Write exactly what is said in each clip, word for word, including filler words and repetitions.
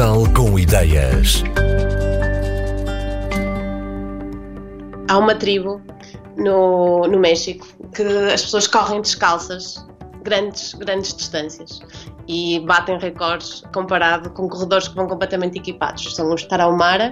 Portugal com ideias. Há uma tribo no, no México que as pessoas correm descalças grandes, grandes distâncias e batem recordes comparado com corredores que vão completamente equipados. São os Tarahumara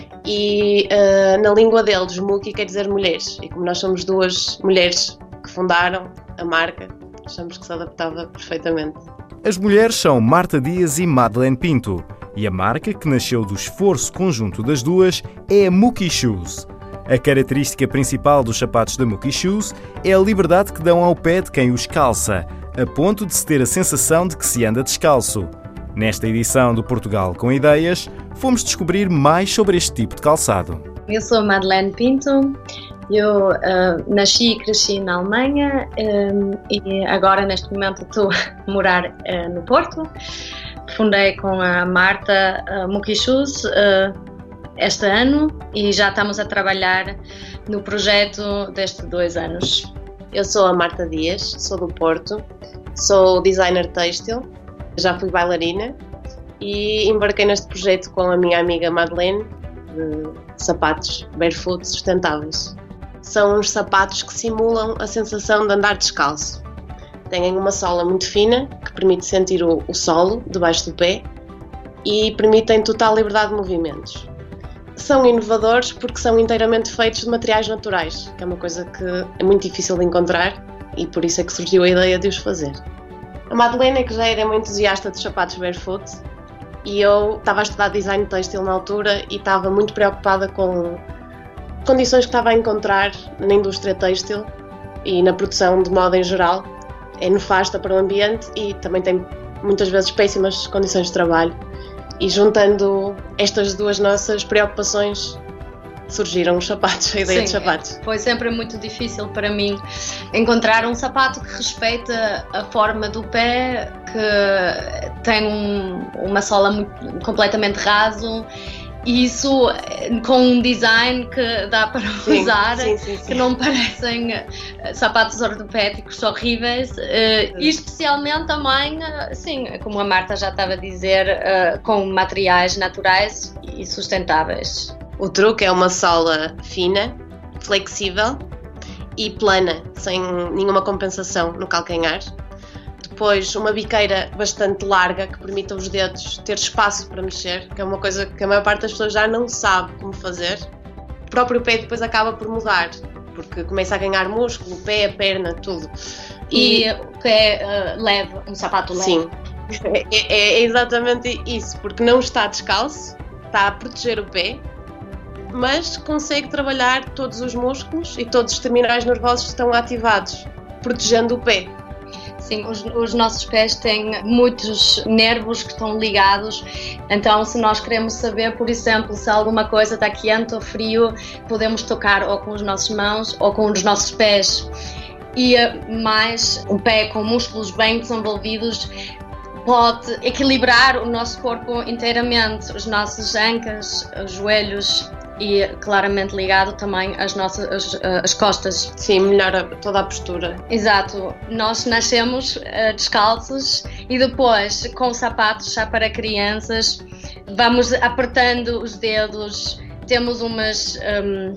e uh, na língua deles, Muki quer dizer mulheres. E como nós somos duas mulheres que fundaram a marca, achamos que se adaptava perfeitamente. As mulheres são Marta Dias e Madeleine Pinto, e a marca, que nasceu do esforço conjunto das duas, é a Muki Shoes. A característica principal dos sapatos da Muki Shoes é a liberdade que dão ao pé de quem os calça, a ponto de se ter a sensação de que se anda descalço. Nesta edição do Portugal com Ideias, fomos descobrir mais sobre este tipo de calçado. Eu sou Madeleine Pinto. Eu uh, nasci e cresci na Alemanha um, e agora, neste momento, estou a morar uh, no Porto. Fundei com a Marta uh, Muki Shoes uh, este ano e já estamos a trabalhar no projeto destes dois anos. Eu sou a Marta Dias, sou do Porto, sou designer têxtil, já fui bailarina e embarquei neste projeto com a minha amiga Madeleine de sapatos barefoot sustentáveis. São uns sapatos que simulam a sensação de andar descalço. Têm uma sola muito fina, que permite sentir o, o solo debaixo do pé e permitem total liberdade de movimentos. São inovadores porque são inteiramente feitos de materiais naturais, que é uma coisa que é muito difícil de encontrar e por isso é que surgiu a ideia de os fazer. A Madeleine é que já era uma entusiasta dos sapatos barefoot e eu estava a estudar design têxtil na altura e estava muito preocupada com condições que estava a encontrar na indústria têxtil e na produção de moda em geral. É nefasta para o ambiente e também tem muitas vezes péssimas condições de trabalho. E juntando estas duas nossas preocupações, surgiram os sapatos, a ideia Sim, de sapatos. Foi sempre muito difícil para mim encontrar um sapato que respeita a forma do pé, que tem um, uma sola muito, completamente raso. E isso com um design que dá para sim, usar, sim, sim, sim. que não parecem sapatos ortopédicos horríveis, e especialmente também, sim, como a Marta já estava a dizer, com materiais naturais e sustentáveis. O truque é uma sola fina, flexível e plana, sem nenhuma compensação no calcanhar. Depois uma biqueira bastante larga que permita aos dedos ter espaço para mexer, que é uma coisa que a maior parte das pessoas já não sabe como fazer. O próprio pé depois acaba por mudar, porque começa a ganhar músculo, o pé, a perna, tudo. E, e o pé uh, leve, um sapato leve. Sim, é, é exatamente isso, porque não está descalço, está a proteger o pé, mas consegue trabalhar todos os músculos e todos os terminais nervosos que estão ativados, protegendo o pé. Sim, os, os nossos pés têm muitos nervos que estão ligados, então se nós queremos saber, por exemplo, se alguma coisa está quente ou frio, podemos tocar ou com as nossas mãos ou com os nossos pés. E mais, um pé com músculos bem desenvolvidos pode equilibrar o nosso corpo inteiramente, os nossos ancas, os joelhos e claramente ligado também às nossas as, as costas. Sim, melhora toda a postura. Exato. Nós nascemos uh, descalços e depois com sapatos já para crianças vamos apertando os dedos, temos umas um,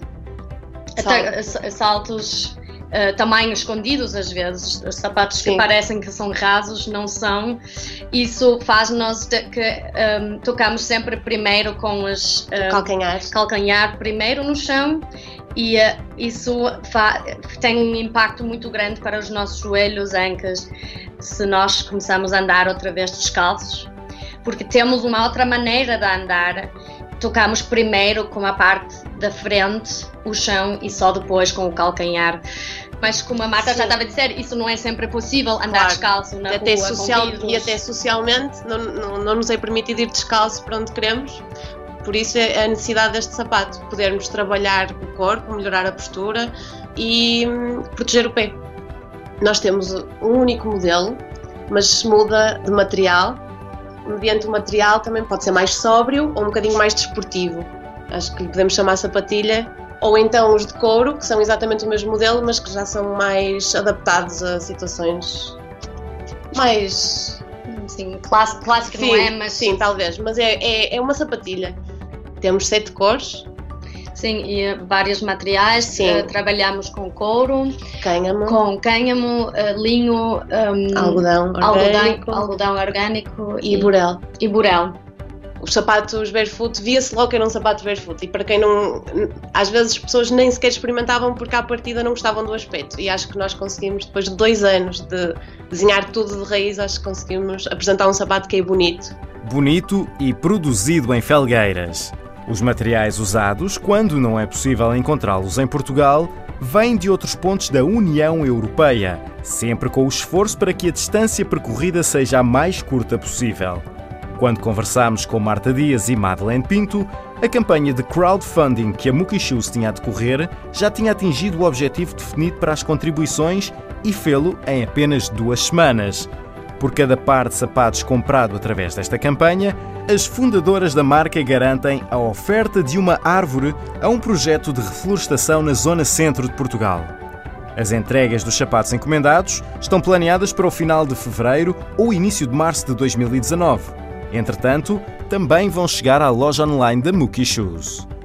Salto. saltos Uh, tamanhos escondidos às vezes, os sapatos Sim. que parecem que são rasos, não são. Isso faz-nos de, que um, tocamos sempre primeiro com os um, calcanhar. calcanhar primeiro no chão e uh, isso fa- tem um impacto muito grande para os nossos joelhos, ancas, se nós começamos a andar outra vez descalços, porque temos uma outra maneira de andar. Tocamos primeiro com a parte da frente, o chão, e só depois com o calcanhar. Mas como a Marta Sim. já estava a dizer, isso não é sempre possível, andar claro. descalço na até rua, social, com E até socialmente não, não, não nos é permitido ir descalço para onde queremos. Por isso é a necessidade deste sapato, podermos trabalhar o corpo, melhorar a postura e hum, proteger o pé. Nós temos um único modelo, mas muda de material. Mediante o material também pode ser mais sóbrio ou um bocadinho mais desportivo. Acho que lhe podemos chamar sapatilha. Ou então os de couro, que são exatamente o mesmo modelo, mas que já são mais adaptados a situações mais Sim, clássico, clássico sim, não é, mas... Sim, talvez, mas é, é, é uma sapatilha. Temos sete cores. Sim, e vários materiais. Sim. Uh, trabalhamos com couro, cânhamo, com cânhamo, uh, linho, um, algodão orgânico, algodão, algodão orgânico e, e burel. E burel. Os sapatos barefoot, via-se logo que eram sapatos barefoot, e para quem não... Às vezes as pessoas nem sequer experimentavam porque à partida não gostavam do aspecto, e acho que nós conseguimos, depois de dois anos de desenhar tudo de raiz, acho que conseguimos apresentar um sapato que é bonito. Bonito e produzido em Felgueiras. Os materiais usados, quando não é possível encontrá-los em Portugal, vêm de outros pontos da União Europeia, sempre com o esforço para que a distância percorrida seja a mais curta possível. Quando conversámos com Marta Dias e Madeleine Pinto, a campanha de crowdfunding que a Mookie Shoes tinha a decorrer já tinha atingido o objetivo definido para as contribuições e fê-lo em apenas duas semanas. Por cada par de sapatos comprado através desta campanha, as fundadoras da marca garantem a oferta de uma árvore a um projeto de reflorestação na zona centro de Portugal. As entregas dos sapatos encomendados estão planeadas para o final de fevereiro ou início de março de dois mil e dezanove. Entretanto, também vão chegar à loja online da Mookie Shoes.